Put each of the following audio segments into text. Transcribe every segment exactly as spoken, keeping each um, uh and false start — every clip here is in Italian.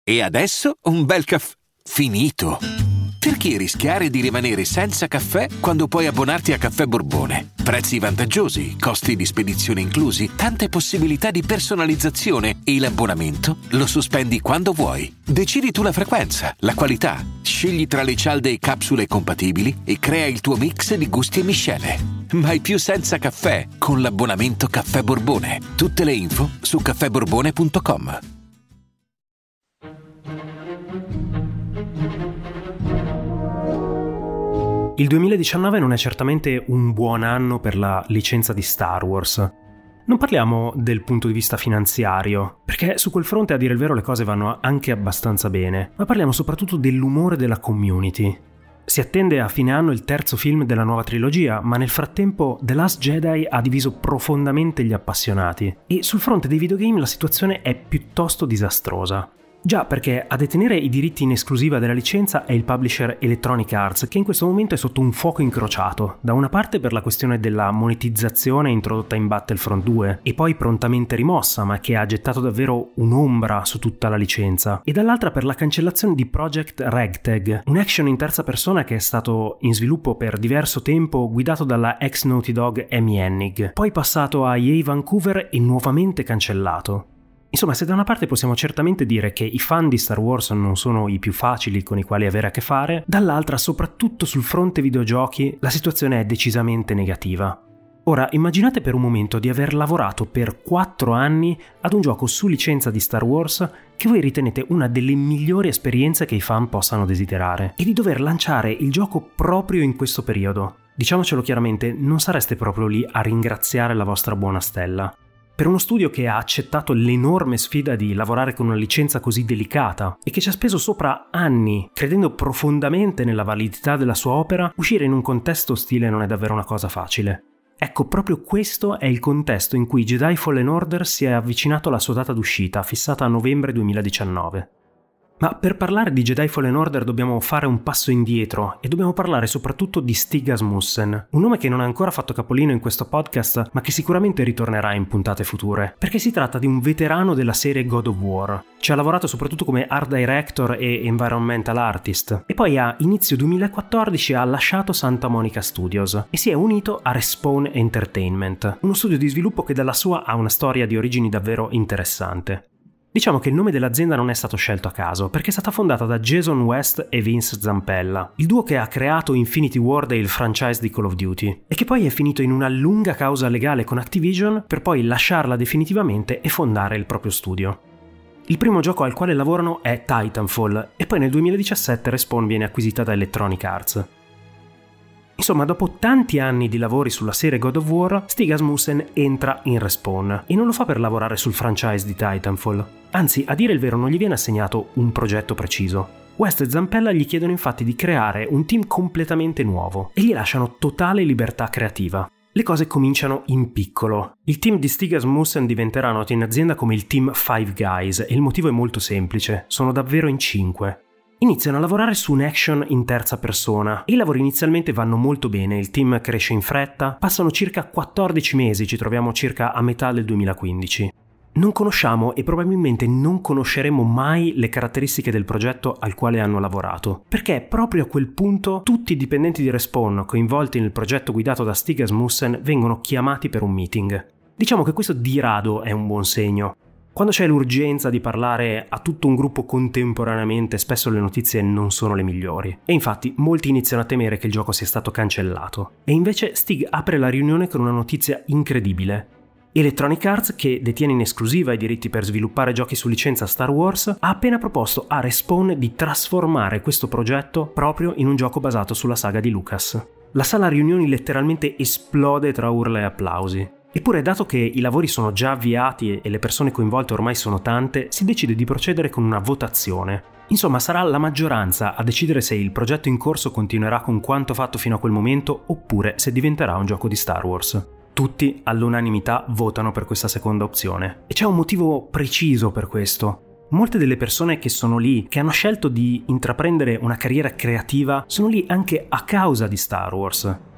E adesso un bel caffè finito. Perché rischiare di rimanere senza caffè quando puoi abbonarti a Caffè Borbone? Prezzi vantaggiosi, costi di spedizione inclusi, tante possibilità di personalizzazione e l'abbonamento lo sospendi quando vuoi. Decidi tu la frequenza, la qualità, scegli tra le cialde e capsule compatibili e crea il tuo mix di gusti e miscele. Mai più senza caffè con l'abbonamento Caffè Borbone. Tutte le info su caffè borbone punto com. Il duemiladiciannove non è certamente un buon anno per la licenza di Star Wars. Non parliamo del punto di vista finanziario, perché su quel fronte a dire il vero le cose vanno anche abbastanza bene, ma parliamo soprattutto dell'umore della community. Si attende a fine anno il terzo film della nuova trilogia, ma nel frattempo The Last Jedi ha diviso profondamente gli appassionati, e sul fronte dei videogame la situazione è piuttosto disastrosa. Già, perché a detenere i diritti in esclusiva della licenza è il publisher Electronic Arts, che in questo momento è sotto un fuoco incrociato, da una parte per la questione della monetizzazione introdotta in Battlefront due, e poi prontamente rimossa, ma che ha gettato davvero un'ombra su tutta la licenza, e dall'altra per la cancellazione di Project Ragtag, un action in terza persona che è stato in sviluppo per diverso tempo guidato dalla ex Naughty Dog Amy Hennig, poi passato a E A Vancouver e nuovamente cancellato. Insomma, se da una parte possiamo certamente dire che i fan di Star Wars non sono i più facili con i quali avere a che fare, dall'altra, soprattutto sul fronte videogiochi, la situazione è decisamente negativa. Ora, immaginate per un momento di aver lavorato per quattro anni ad un gioco su licenza di Star Wars che voi ritenete una delle migliori esperienze che i fan possano desiderare, e di dover lanciare il gioco proprio in questo periodo. Diciamocelo chiaramente, non sareste proprio lì a ringraziare la vostra buona stella. Per uno studio che ha accettato l'enorme sfida di lavorare con una licenza così delicata e che ci ha speso sopra anni, credendo profondamente nella validità della sua opera, uscire in un contesto ostile non è davvero una cosa facile. Ecco, proprio questo è il contesto in cui Jedi Fallen Order si è avvicinato alla sua data d'uscita, fissata a novembre duemiladiciannove. Ma per parlare di Jedi Fallen Order dobbiamo fare un passo indietro e dobbiamo parlare soprattutto di Stig Asmussen, un nome che non ha ancora fatto capolino in questo podcast ma che sicuramente ritornerà in puntate future, perché si tratta di un veterano della serie God of War. Ci ha lavorato soprattutto come art director e environmental artist e poi a inizio duemilaquattordici ha lasciato Santa Monica Studios e si è unito a Respawn Entertainment, uno studio di sviluppo che dalla sua ha una storia di origini davvero interessante. Diciamo che il nome dell'azienda non è stato scelto a caso, perché è stata fondata da Jason West e Vince Zampella, il duo che ha creato Infinity Ward e il franchise di Call of Duty, e che poi è finito in una lunga causa legale con Activision per poi lasciarla definitivamente e fondare il proprio studio. Il primo gioco al quale lavorano è Titanfall, e poi nel duemiladiciassette Respawn viene acquisita da Electronic Arts. Insomma, dopo tanti anni di lavori sulla serie God of War, Stig Asmussen entra in Respawn e non lo fa per lavorare sul franchise di Titanfall. Anzi, a dire il vero non gli viene assegnato un progetto preciso. West e Zampella gli chiedono infatti di creare un team completamente nuovo e gli lasciano totale libertà creativa. Le cose cominciano in piccolo. Il team di Stig Asmussen diventerà noto in azienda come il Team Five Guys e il motivo è molto semplice, sono davvero in cinque. Iniziano a lavorare su un action in terza persona e i lavori inizialmente vanno molto bene, il team cresce in fretta, passano circa quattordici mesi, ci troviamo circa a metà del duemilaquindici. Non conosciamo e probabilmente non conosceremo mai le caratteristiche del progetto al quale hanno lavorato, perché proprio a quel punto tutti i dipendenti di Respawn coinvolti nel progetto guidato da Stig Asmussen vengono chiamati per un meeting. Diciamo che questo di rado è un buon segno. Quando c'è l'urgenza di parlare a tutto un gruppo contemporaneamente, spesso le notizie non sono le migliori. E infatti molti iniziano a temere che il gioco sia stato cancellato. E invece Stig apre la riunione con una notizia incredibile. Electronic Arts, che detiene in esclusiva i diritti per sviluppare giochi su licenza Star Wars, ha appena proposto a Respawn di trasformare questo progetto proprio in un gioco basato sulla saga di Lucas. La sala riunioni letteralmente esplode tra urla e applausi. Eppure, dato che i lavori sono già avviati e le persone coinvolte ormai sono tante, si decide di procedere con una votazione. Insomma, sarà la maggioranza a decidere se il progetto in corso continuerà con quanto fatto fino a quel momento oppure se diventerà un gioco di Star Wars. Tutti all'unanimità votano per questa seconda opzione. E c'è un motivo preciso per questo. Molte delle persone che sono lì, che hanno scelto di intraprendere una carriera creativa, sono lì anche a causa di Star Wars.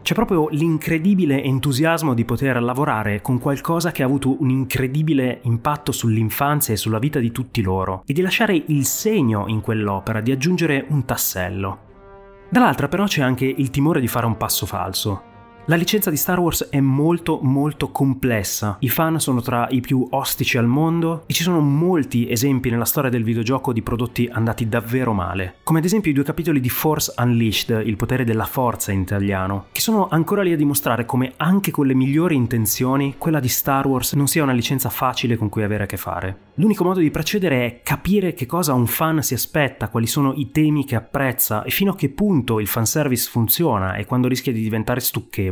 C'è proprio l'incredibile entusiasmo di poter lavorare con qualcosa che ha avuto un incredibile impatto sull'infanzia e sulla vita di tutti loro, e di lasciare il segno in quell'opera, di aggiungere un tassello. Dall'altra però c'è anche il timore di fare un passo falso. La licenza di Star Wars è molto molto complessa, i fan sono tra i più ostici al mondo e ci sono molti esempi nella storia del videogioco di prodotti andati davvero male, come ad esempio i due capitoli di Force Unleashed, il potere della forza in italiano, che sono ancora lì a dimostrare come anche con le migliori intenzioni quella di Star Wars non sia una licenza facile con cui avere a che fare. L'unico modo di procedere è capire che cosa un fan si aspetta, quali sono i temi che apprezza e fino a che punto il fanservice funziona e quando rischia di diventare stucchevole.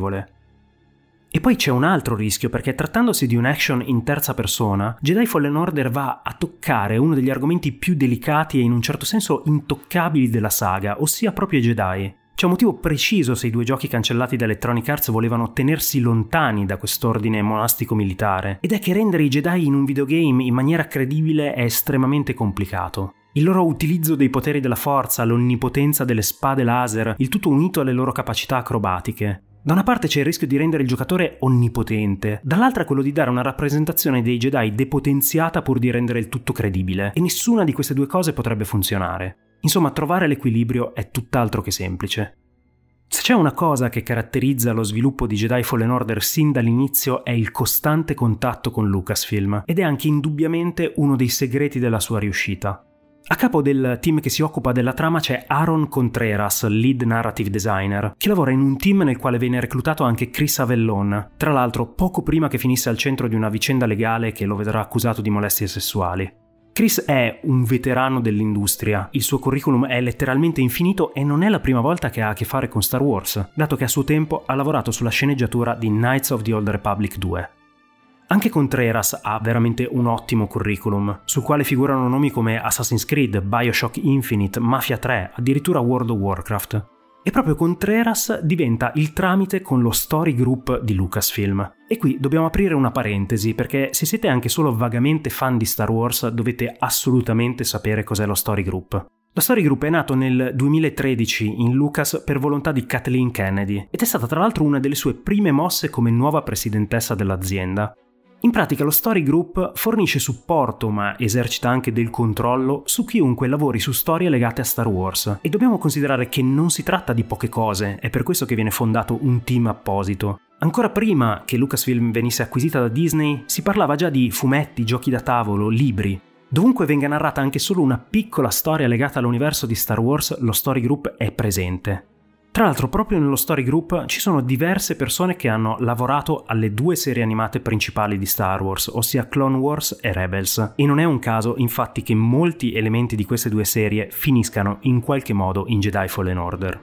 E poi c'è un altro rischio, perché trattandosi di un action in terza persona, Jedi Fallen Order va a toccare uno degli argomenti più delicati e in un certo senso intoccabili della saga, ossia proprio i Jedi. C'è un motivo preciso se i due giochi cancellati da Electronic Arts volevano tenersi lontani da quest'ordine monastico militare, ed è che rendere i Jedi in un videogame in maniera credibile è estremamente complicato. Il loro utilizzo dei poteri della forza, l'onnipotenza delle spade laser, il tutto unito alle loro capacità acrobatiche. Da una parte c'è il rischio di rendere il giocatore onnipotente, dall'altra quello di dare una rappresentazione dei Jedi depotenziata pur di rendere il tutto credibile, e nessuna di queste due cose potrebbe funzionare. Insomma, trovare l'equilibrio è tutt'altro che semplice. Se c'è una cosa che caratterizza lo sviluppo di Jedi Fallen Order sin dall'inizio è il costante contatto con Lucasfilm, ed è anche indubbiamente uno dei segreti della sua riuscita. A capo del team che si occupa della trama c'è Aaron Contreras, lead narrative designer, che lavora in un team nel quale viene reclutato anche Chris Avellone, tra l'altro poco prima che finisse al centro di una vicenda legale che lo vedrà accusato di molestie sessuali. Chris è un veterano dell'industria, il suo curriculum è letteralmente infinito e non è la prima volta che ha a che fare con Star Wars, dato che a suo tempo ha lavorato sulla sceneggiatura di Knights of the Old Republic due. Anche Contreras ha veramente un ottimo curriculum, sul quale figurano nomi come Assassin's Creed, BioShock Infinite, Mafia tre, addirittura World of Warcraft. E proprio Contreras diventa il tramite con lo story group di Lucasfilm. E qui dobbiamo aprire una parentesi, perché se siete anche solo vagamente fan di Star Wars dovete assolutamente sapere cos'è lo story group. Lo story group è nato nel duemilatredici in Lucas per volontà di Kathleen Kennedy ed è stata tra l'altro una delle sue prime mosse come nuova presidentessa dell'azienda. In pratica lo story group fornisce supporto, ma esercita anche del controllo su chiunque lavori su storie legate a Star Wars, e dobbiamo considerare che non si tratta di poche cose, è per questo che viene fondato un team apposito. Ancora prima che Lucasfilm venisse acquisita da Disney, si parlava già di fumetti, giochi da tavolo, libri. Dovunque venga narrata anche solo una piccola storia legata all'universo di Star Wars, lo story group è presente. Tra l'altro, proprio nello story group ci sono diverse persone che hanno lavorato alle due serie animate principali di Star Wars, ossia Clone Wars e Rebels, e non è un caso infatti che molti elementi di queste due serie finiscano in qualche modo in Jedi Fallen Order.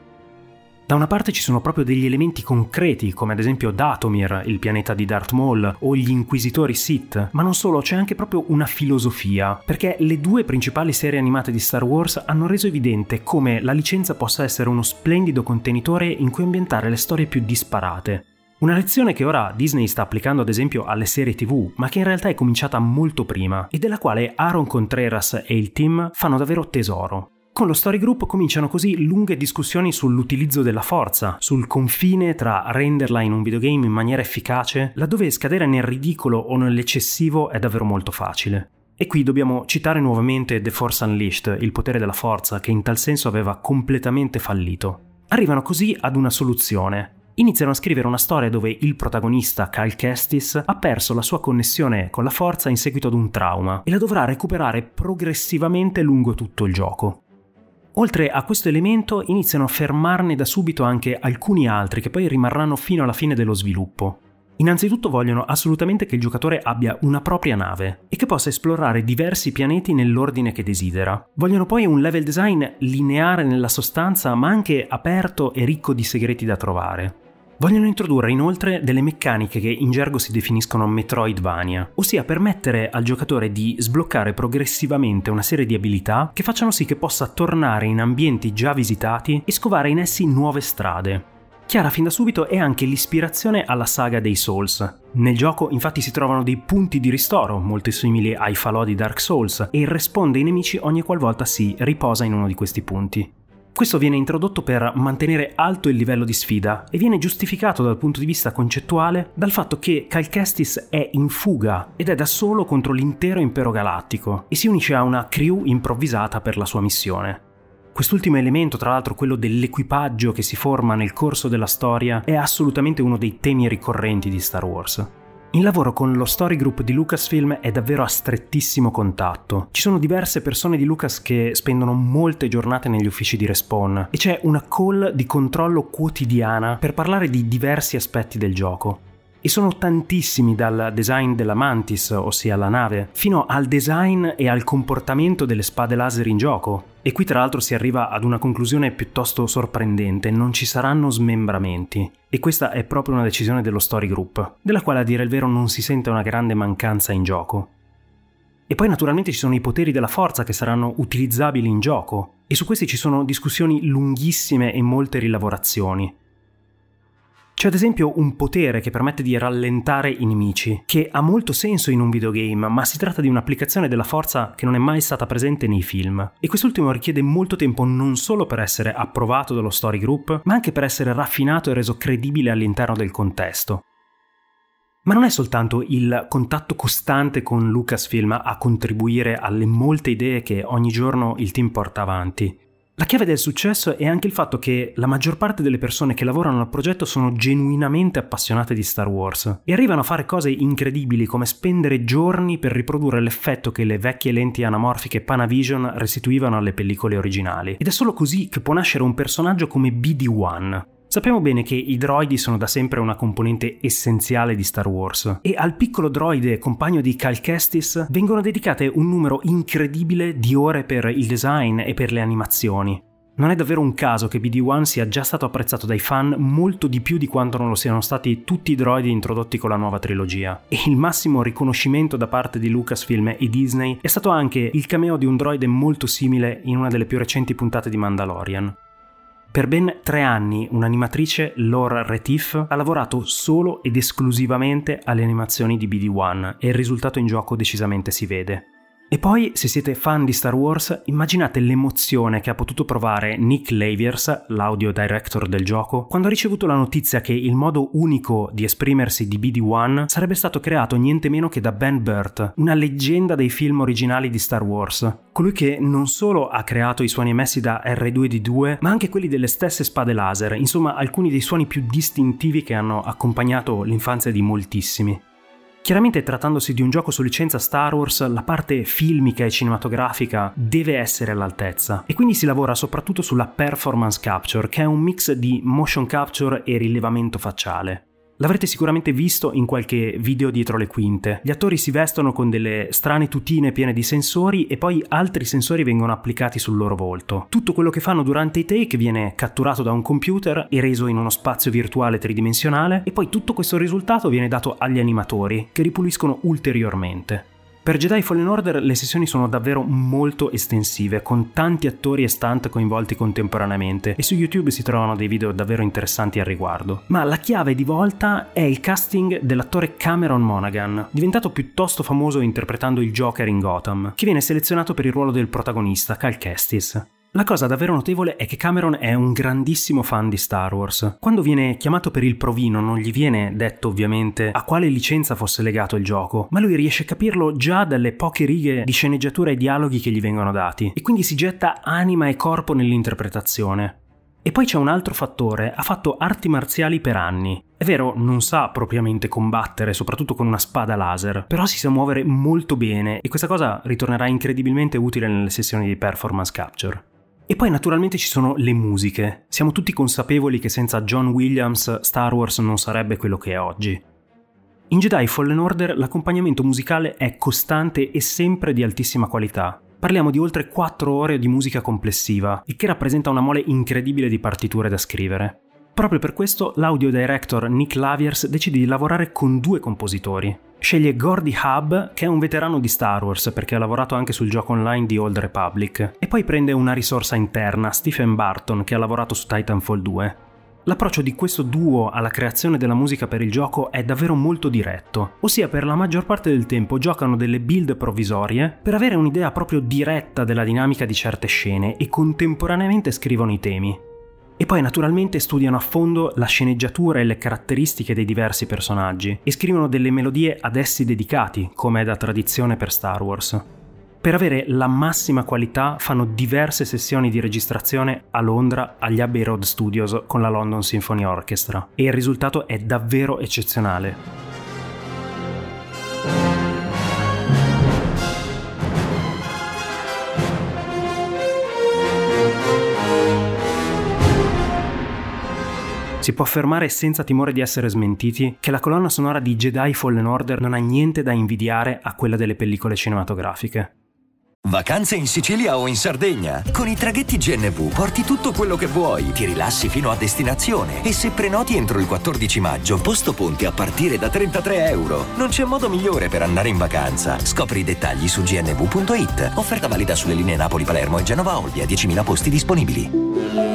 Da una parte ci sono proprio degli elementi concreti, come ad esempio Dathomir, il pianeta di Darth Maul, o gli Inquisitori Sith, ma non solo, c'è anche proprio una filosofia, perché le due principali serie animate di Star Wars hanno reso evidente come la licenza possa essere uno splendido contenitore in cui ambientare le storie più disparate. Una lezione che ora Disney sta applicando ad esempio alle serie tivù, ma che in realtà è cominciata molto prima, e della quale Aaron Contreras e il team fanno davvero tesoro. Con lo story group cominciano così lunghe discussioni sull'utilizzo della forza, sul confine tra renderla in un videogame in maniera efficace, laddove scadere nel ridicolo o nell'eccessivo è davvero molto facile. E qui dobbiamo citare nuovamente The Force Unleashed, il potere della forza, che in tal senso aveva completamente fallito. Arrivano così ad una soluzione. Iniziano a scrivere una storia dove il protagonista, Cal Kestis, ha perso la sua connessione con la forza in seguito ad un trauma e la dovrà recuperare progressivamente lungo tutto il gioco. Oltre a questo elemento iniziano a fermarne da subito anche alcuni altri che poi rimarranno fino alla fine dello sviluppo. Innanzitutto vogliono assolutamente che il giocatore abbia una propria nave e che possa esplorare diversi pianeti nell'ordine che desidera. Vogliono poi un level design lineare nella sostanza ma anche aperto e ricco di segreti da trovare. Vogliono introdurre inoltre delle meccaniche che in gergo si definiscono Metroidvania, ossia permettere al giocatore di sbloccare progressivamente una serie di abilità che facciano sì che possa tornare in ambienti già visitati e scovare in essi nuove strade. Chiara fin da subito è anche l'ispirazione alla saga dei Souls. Nel gioco infatti si trovano dei punti di ristoro, molto simili ai falò di Dark Souls, e il respawn dei nemici ogni qualvolta si riposa in uno di questi punti. Questo viene introdotto per mantenere alto il livello di sfida e viene giustificato dal punto di vista concettuale dal fatto che Cal Kestis è in fuga ed è da solo contro l'intero impero galattico e si unisce a una crew improvvisata per la sua missione. Quest'ultimo elemento, tra l'altro quello dell'equipaggio che si forma nel corso della storia, è assolutamente uno dei temi ricorrenti di Star Wars. Il lavoro con lo story group di Lucasfilm è davvero a strettissimo contatto. Ci sono diverse persone di Lucas che spendono molte giornate negli uffici di Respawn e c'è una call di controllo quotidiana per parlare di diversi aspetti del gioco. E sono tantissimi, dal design della Mantis, ossia la nave, fino al design e al comportamento delle spade laser in gioco. E qui tra l'altro si arriva ad una conclusione piuttosto sorprendente: non ci saranno smembramenti. E questa è proprio una decisione dello story group, della quale a dire il vero non si sente una grande mancanza in gioco. E poi naturalmente ci sono i poteri della forza che saranno utilizzabili in gioco, e su questi ci sono discussioni lunghissime e molte rilavorazioni. C'è ad esempio un potere che permette di rallentare i nemici, che ha molto senso in un videogame, ma si tratta di un'applicazione della forza che non è mai stata presente nei film. E quest'ultimo richiede molto tempo non solo per essere approvato dallo story group, ma anche per essere raffinato e reso credibile all'interno del contesto. Ma non è soltanto il contatto costante con Lucasfilm a contribuire alle molte idee che ogni giorno il team porta avanti. La chiave del successo è anche il fatto che la maggior parte delle persone che lavorano al progetto sono genuinamente appassionate di Star Wars e arrivano a fare cose incredibili come spendere giorni per riprodurre l'effetto che le vecchie lenti anamorfiche Panavision restituivano alle pellicole originali. Ed è solo così che può nascere un personaggio come B D uno. Sappiamo bene che i droidi sono da sempre una componente essenziale di Star Wars e al piccolo droide compagno di Cal Kestis vengono dedicate un numero incredibile di ore per il design e per le animazioni. Non è davvero un caso che B D uno sia già stato apprezzato dai fan molto di più di quanto non lo siano stati tutti i droidi introdotti con la nuova trilogia. E il massimo riconoscimento da parte di Lucasfilm e Disney è stato anche il cameo di un droide molto simile in una delle più recenti puntate di Mandalorian. Per ben tre anni un'animatrice, Laura Retief, ha lavorato solo ed esclusivamente alle animazioni di B D uno e il risultato in gioco decisamente si vede. E poi, se siete fan di Star Wars, immaginate l'emozione che ha potuto provare Nick Laviers, l'audio director del gioco, quando ha ricevuto la notizia che il modo unico di esprimersi di B D uno sarebbe stato creato niente meno che da Ben Burtt, una leggenda dei film originali di Star Wars. Colui che non solo ha creato i suoni emessi da R due D due, ma anche quelli delle stesse spade laser, insomma alcuni dei suoni più distintivi che hanno accompagnato l'infanzia di moltissimi. Chiaramente, trattandosi di un gioco su licenza Star Wars, la parte filmica e cinematografica deve essere all'altezza e quindi si lavora soprattutto sulla performance capture, che è un mix di motion capture e rilevamento facciale. L'avrete sicuramente visto in qualche video dietro le quinte. Gli attori si vestono con delle strane tutine piene di sensori e poi altri sensori vengono applicati sul loro volto. Tutto quello che fanno durante i take viene catturato da un computer e reso in uno spazio virtuale tridimensionale e poi tutto questo risultato viene dato agli animatori, che ripuliscono ulteriormente. Per Jedi Fallen Order le sessioni sono davvero molto estensive, con tanti attori e stunt coinvolti contemporaneamente, e su YouTube si trovano dei video davvero interessanti al riguardo. Ma la chiave di volta è il casting dell'attore Cameron Monaghan, diventato piuttosto famoso interpretando il Joker in Gotham, che viene selezionato per il ruolo del protagonista, Cal Kestis. La cosa davvero notevole è che Cameron è un grandissimo fan di Star Wars. Quando viene chiamato per il provino non gli viene detto ovviamente a quale licenza fosse legato il gioco, ma lui riesce a capirlo già dalle poche righe di sceneggiatura e dialoghi che gli vengono dati, e quindi si getta anima e corpo nell'interpretazione. E poi c'è un altro fattore: ha fatto arti marziali per anni. È vero, non sa propriamente combattere, soprattutto con una spada laser, però si sa muovere molto bene e questa cosa ritornerà incredibilmente utile nelle sessioni di performance capture. E poi naturalmente ci sono le musiche. Siamo tutti consapevoli che senza John Williams Star Wars non sarebbe quello che è oggi. In Jedi Fallen Order l'accompagnamento musicale è costante e sempre di altissima qualità. Parliamo di oltre quattro ore di musica complessiva, il che rappresenta una mole incredibile di partiture da scrivere. Proprio per questo l'audio director Nick Laviers decide di lavorare con due compositori. Sceglie Gordy Hub, che è un veterano di Star Wars perché ha lavorato anche sul gioco online di Old Republic, e poi prende una risorsa interna, Stephen Barton, che ha lavorato su Titanfall due. L'approccio di questo duo alla creazione della musica per il gioco è davvero molto diretto, ossia per la maggior parte del tempo giocano delle build provvisorie per avere un'idea proprio diretta della dinamica di certe scene e contemporaneamente scrivono i temi. E poi naturalmente studiano a fondo la sceneggiatura e le caratteristiche dei diversi personaggi e scrivono delle melodie ad essi dedicati, come è da tradizione per Star Wars. Per avere la massima qualità fanno diverse sessioni di registrazione a Londra agli Abbey Road Studios con la London Symphony Orchestra e il risultato è davvero eccezionale. Si può affermare senza timore di essere smentiti che la colonna sonora di Jedi Fallen Order non ha niente da invidiare a quella delle pellicole cinematografiche. Vacanze in Sicilia o in Sardegna? Con i traghetti G N V porti tutto quello che vuoi, ti rilassi fino a destinazione e se prenoti entro il quattordici maggio, posto ponti a partire da trentatré euro. Non c'è modo migliore per andare in vacanza. Scopri i dettagli su g n v punto i t. Offerta valida sulle linee Napoli-Palermo e Genova-Olbia, diecimila posti disponibili.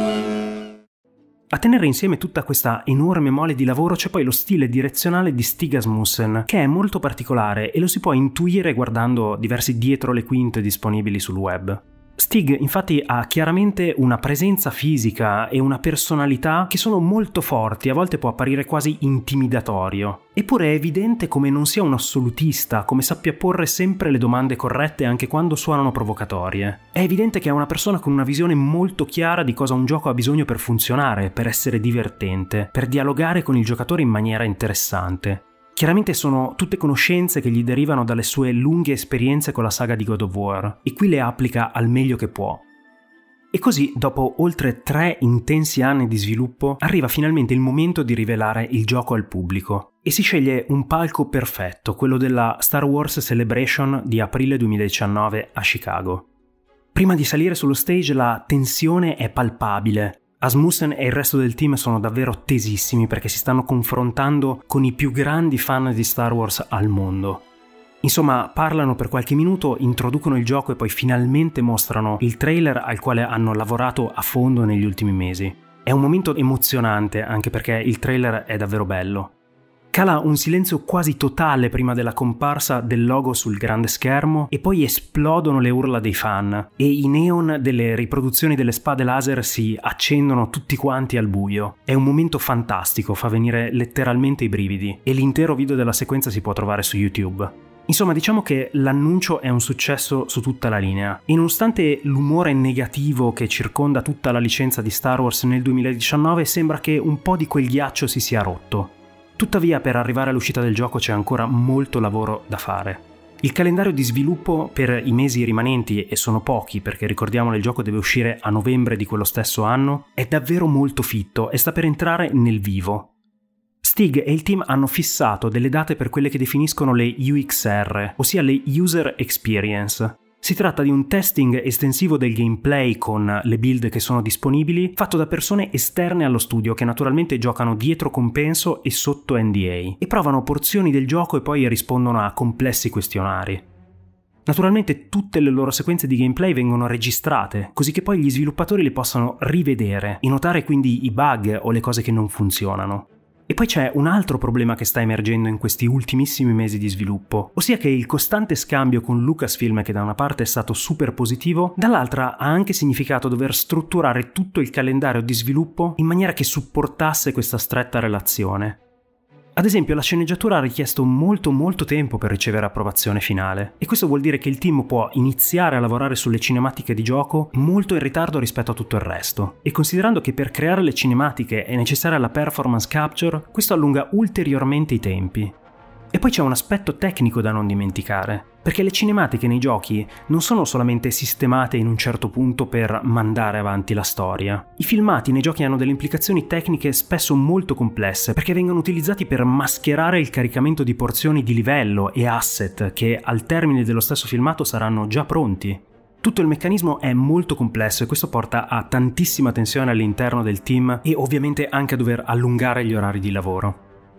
A tenere insieme tutta questa enorme mole di lavoro c'è poi lo stile direzionale di Stig Asmussen, che è molto particolare e lo si può intuire guardando diversi dietro le quinte disponibili sul web. Stig infatti ha chiaramente una presenza fisica e una personalità che sono molto forti, a volte può apparire quasi intimidatorio. Eppure è evidente come non sia un assolutista, come sappia porre sempre le domande corrette anche quando suonano provocatorie. È evidente che è una persona con una visione molto chiara di cosa un gioco ha bisogno per funzionare, per essere divertente, per dialogare con il giocatore in maniera interessante. Chiaramente sono tutte conoscenze che gli derivano dalle sue lunghe esperienze con la saga di God of War, e qui le applica al meglio che può. E così, dopo oltre tre intensi anni di sviluppo, arriva finalmente il momento di rivelare il gioco al pubblico, e si sceglie un palco perfetto, quello della Star Wars Celebration di aprile duemiladiciannove a Chicago. Prima di salire sullo stage la tensione è palpabile. Asmussen e il resto del team sono davvero tesissimi perché si stanno confrontando con i più grandi fan di Star Wars al mondo. Insomma, parlano per qualche minuto, introducono il gioco e poi finalmente mostrano il trailer al quale hanno lavorato a fondo negli ultimi mesi. È un momento emozionante anche perché il trailer è davvero bello. Cala un silenzio quasi totale prima della comparsa del logo sul grande schermo e poi esplodono le urla dei fan e i neon delle riproduzioni delle spade laser si accendono tutti quanti al buio. È un momento fantastico, fa venire letteralmente i brividi e l'intero video della sequenza si può trovare su YouTube. Insomma, diciamo che l'annuncio è un successo su tutta la linea e nonostante l'umore negativo che circonda tutta la licenza di Star Wars nel duemiladiciannove sembra che un po' di quel ghiaccio si sia rotto. Tuttavia, per arrivare all'uscita del gioco c'è ancora molto lavoro da fare. Il calendario di sviluppo per i mesi rimanenti, e sono pochi perché ricordiamo che il gioco deve uscire a novembre di quello stesso anno, è davvero molto fitto e sta per entrare nel vivo. Stig e il team hanno fissato delle date per quelle che definiscono le U X R, ossia le User Experience. Si tratta di un testing estensivo del gameplay con le build che sono disponibili, fatto da persone esterne allo studio che naturalmente giocano dietro compenso e sotto N D A e provano porzioni del gioco e poi rispondono a complessi questionari. Naturalmente tutte le loro sequenze di gameplay vengono registrate, così che poi gli sviluppatori le possano rivedere e notare quindi i bug o le cose che non funzionano. E poi c'è un altro problema che sta emergendo in questi ultimissimi mesi di sviluppo, ossia che il costante scambio con Lucasfilm, che da una parte è stato super positivo, dall'altra ha anche significato dover strutturare tutto il calendario di sviluppo in maniera che supportasse questa stretta relazione. Ad esempio, la sceneggiatura ha richiesto molto molto tempo per ricevere approvazione finale, e questo vuol dire che il team può iniziare a lavorare sulle cinematiche di gioco molto in ritardo rispetto a tutto il resto. E considerando che per creare le cinematiche è necessaria la performance capture, questo allunga ulteriormente i tempi. E poi c'è un aspetto tecnico da non dimenticare, perché le cinematiche nei giochi non sono solamente sistemate in un certo punto per mandare avanti la storia. I filmati nei giochi hanno delle implicazioni tecniche spesso molto complesse, perché vengono utilizzati per mascherare il caricamento di porzioni di livello e asset che al termine dello stesso filmato saranno già pronti. Tutto il meccanismo è molto complesso e questo porta a tantissima tensione all'interno del team e ovviamente anche a dover allungare gli orari di lavoro.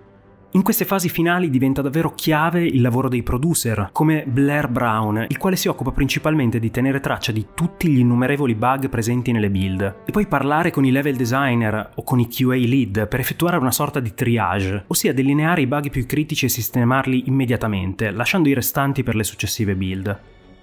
In queste fasi finali diventa davvero chiave il lavoro dei producer, come Blair Brown, il quale si occupa principalmente di tenere traccia di tutti gli innumerevoli bug presenti nelle build, e poi parlare con i level designer o con i Q A lead per effettuare una sorta di triage, ossia delineare i bug più critici e sistemarli immediatamente, lasciando i restanti per le successive build.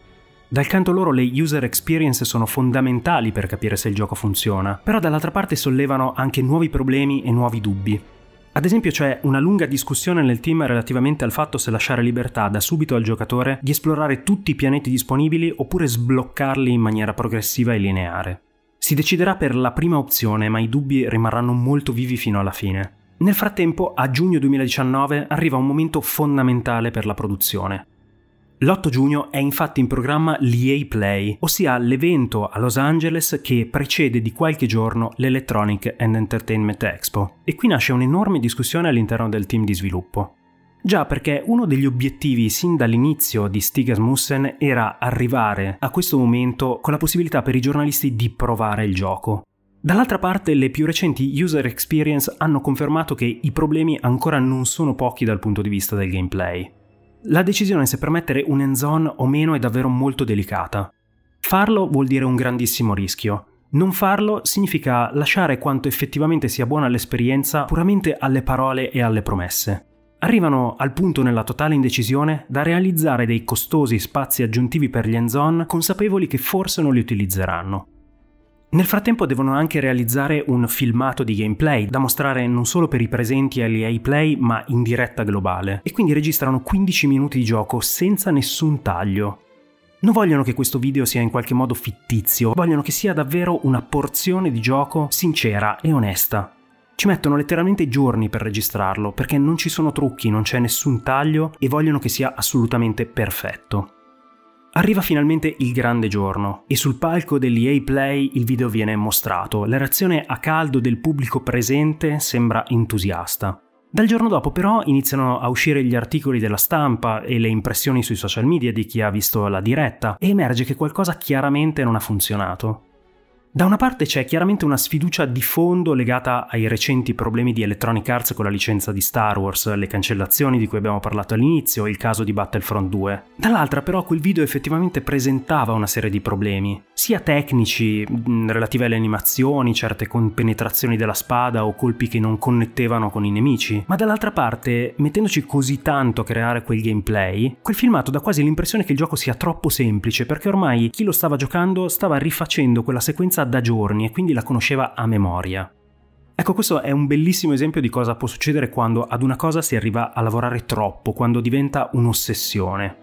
Dal canto loro le user experience sono fondamentali per capire se il gioco funziona, però dall'altra parte sollevano anche nuovi problemi e nuovi dubbi. Ad esempio c'è una lunga discussione nel team relativamente al fatto se lasciare libertà da subito al giocatore di esplorare tutti i pianeti disponibili oppure sbloccarli in maniera progressiva e lineare. Si deciderà per la prima opzione, ma i dubbi rimarranno molto vivi fino alla fine. Nel frattempo, a giugno duemiladiciannove arriva un momento fondamentale per la produzione. L'otto giugno è infatti in programma l'E A Play, ossia l'evento a Los Angeles che precede di qualche giorno l'Electronic and Entertainment Expo, e qui nasce un'enorme discussione all'interno del team di sviluppo. Già perché uno degli obiettivi sin dall'inizio di Stig Asmussen era arrivare a questo momento con la possibilità per i giornalisti di provare il gioco. Dall'altra parte le più recenti user experience hanno confermato che i problemi ancora non sono pochi dal punto di vista del gameplay. La decisione se permettere un hands-on o meno è davvero molto delicata. Farlo vuol dire un grandissimo rischio. Non farlo significa lasciare quanto effettivamente sia buona l'esperienza puramente alle parole e alle promesse. Arrivano al punto nella totale indecisione da realizzare dei costosi spazi aggiuntivi per gli hands-on consapevoli che forse non li utilizzeranno. Nel frattempo devono anche realizzare un filmato di gameplay da mostrare non solo per i presenti all'E A Play ma in diretta globale, e quindi registrano quindici minuti di gioco senza nessun taglio. Non vogliono che questo video sia in qualche modo fittizio, vogliono che sia davvero una porzione di gioco sincera e onesta. Ci mettono letteralmente giorni per registrarlo perché non ci sono trucchi, non c'è nessun taglio e vogliono che sia assolutamente perfetto. Arriva finalmente il grande giorno e sul palco dell'E A Play il video viene mostrato. La reazione a caldo del pubblico presente sembra entusiasta. Dal giorno dopo però iniziano a uscire gli articoli della stampa e le impressioni sui social media di chi ha visto la diretta e emerge che qualcosa chiaramente non ha funzionato. Da una parte c'è chiaramente una sfiducia di fondo legata ai recenti problemi di Electronic Arts con la licenza di Star Wars, le cancellazioni di cui abbiamo parlato all'inizio, il caso di Battlefront due. Dall'altra però quel video effettivamente presentava una serie di problemi, sia tecnici, relativi alle animazioni, certe compenetrazioni della spada o colpi che non connettevano con i nemici, ma dall'altra parte, mettendoci così tanto a creare quel gameplay, quel filmato dà quasi l'impressione che il gioco sia troppo semplice, perché ormai chi lo stava giocando stava rifacendo quella sequenza da giorni e quindi la conosceva a memoria. Ecco, questo è un bellissimo esempio di cosa può succedere quando ad una cosa si arriva a lavorare troppo, quando diventa un'ossessione.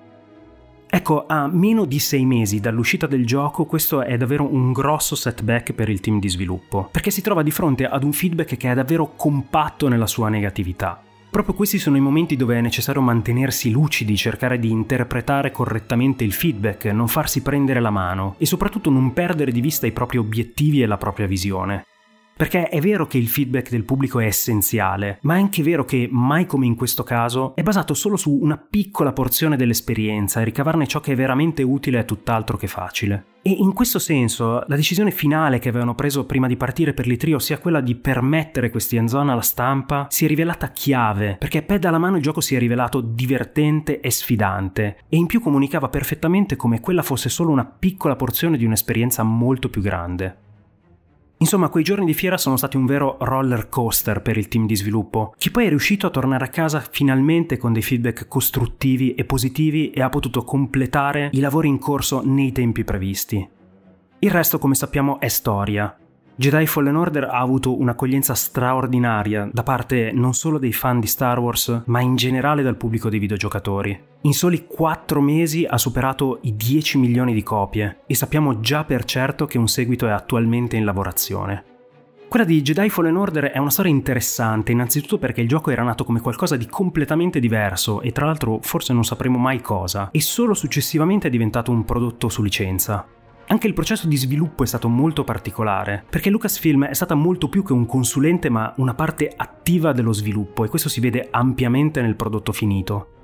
Ecco, a meno di sei mesi dall'uscita del gioco, questo è davvero un grosso setback per il team di sviluppo, perché si trova di fronte ad un feedback che è davvero compatto nella sua negatività. Proprio questi sono i momenti dove è necessario mantenersi lucidi, cercare di interpretare correttamente il feedback, non farsi prendere la mano e soprattutto non perdere di vista i propri obiettivi e la propria visione. Perché è vero che il feedback del pubblico è essenziale, ma è anche vero che, mai come in questo caso, è basato solo su una piccola porzione dell'esperienza e ricavarne ciò che è veramente utile è tutt'altro che facile. E in questo senso, la decisione finale che avevano preso prima di partire per l'E tre, ossia quella di permettere questi hands-on alla stampa, si è rivelata chiave, perché pad alla mano il gioco si è rivelato divertente e sfidante, e in più comunicava perfettamente come quella fosse solo una piccola porzione di un'esperienza molto più grande. Insomma, quei giorni di fiera sono stati un vero roller coaster per il team di sviluppo, che poi è riuscito a tornare a casa finalmente con dei feedback costruttivi e positivi e ha potuto completare i lavori in corso nei tempi previsti. Il resto, come sappiamo, è storia. Jedi Fallen Order ha avuto un'accoglienza straordinaria da parte non solo dei fan di Star Wars, ma in generale dal pubblico dei videogiocatori. In soli quattro mesi ha superato i dieci milioni di copie e sappiamo già per certo che un seguito è attualmente in lavorazione. Quella di Jedi Fallen Order è una storia interessante, innanzitutto perché il gioco era nato come qualcosa di completamente diverso e tra l'altro forse non sapremo mai cosa, e solo successivamente è diventato un prodotto su licenza. Anche il processo di sviluppo è stato molto particolare, perché Lucasfilm è stata molto più che un consulente ma una parte attiva dello sviluppo, e questo si vede ampiamente nel prodotto finito.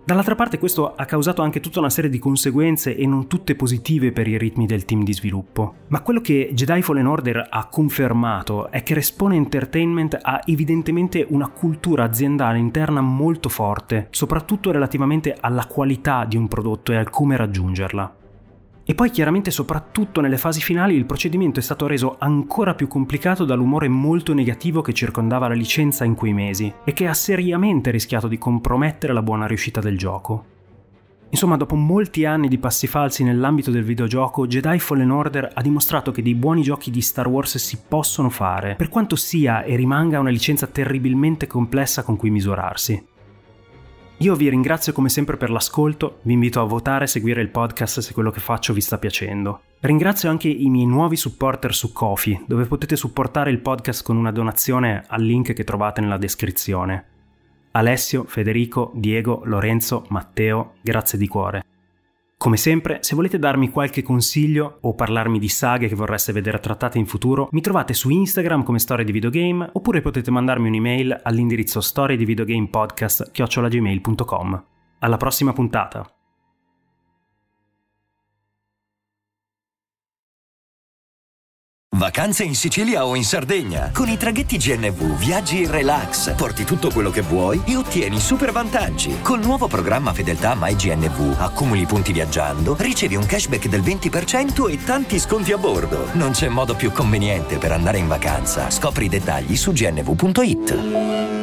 Dall'altra parte questo ha causato anche tutta una serie di conseguenze e non tutte positive per i ritmi del team di sviluppo. Ma quello che Jedi Fallen Order ha confermato è che Respawn Entertainment ha evidentemente una cultura aziendale interna molto forte, soprattutto relativamente alla qualità di un prodotto e al come raggiungerla. E poi chiaramente soprattutto nelle fasi finali il procedimento è stato reso ancora più complicato dall'umore molto negativo che circondava la licenza in quei mesi e che ha seriamente rischiato di compromettere la buona riuscita del gioco. Insomma, dopo molti anni di passi falsi nell'ambito del videogioco, Jedi Fallen Order ha dimostrato che dei buoni giochi di Star Wars si possono fare, per quanto sia e rimanga una licenza terribilmente complessa con cui misurarsi. Io vi ringrazio come sempre per l'ascolto, vi invito a votare e seguire il podcast se quello che faccio vi sta piacendo. Ringrazio anche i miei nuovi supporter su Ko-fi, dove potete supportare il podcast con una donazione al link che trovate nella descrizione. Alessio, Federico, Diego, Lorenzo, Matteo, grazie di cuore. Come sempre, se volete darmi qualche consiglio o parlarmi di saghe che vorreste vedere trattate in futuro, mi trovate su Instagram come Storie di Videogame oppure potete mandarmi un'email all'indirizzo storiedivideogamepodcast chiocciola gmail punto com. Alla prossima puntata! Vacanze in Sicilia o in Sardegna. Con i traghetti G N V viaggi in relax, porti tutto quello che vuoi e ottieni super vantaggi. Col nuovo programma Fedeltà MyGNV accumuli punti viaggiando, ricevi un cashback del venti per cento e tanti sconti a bordo. Non c'è modo più conveniente per andare in vacanza. Scopri i dettagli su gnv punto it.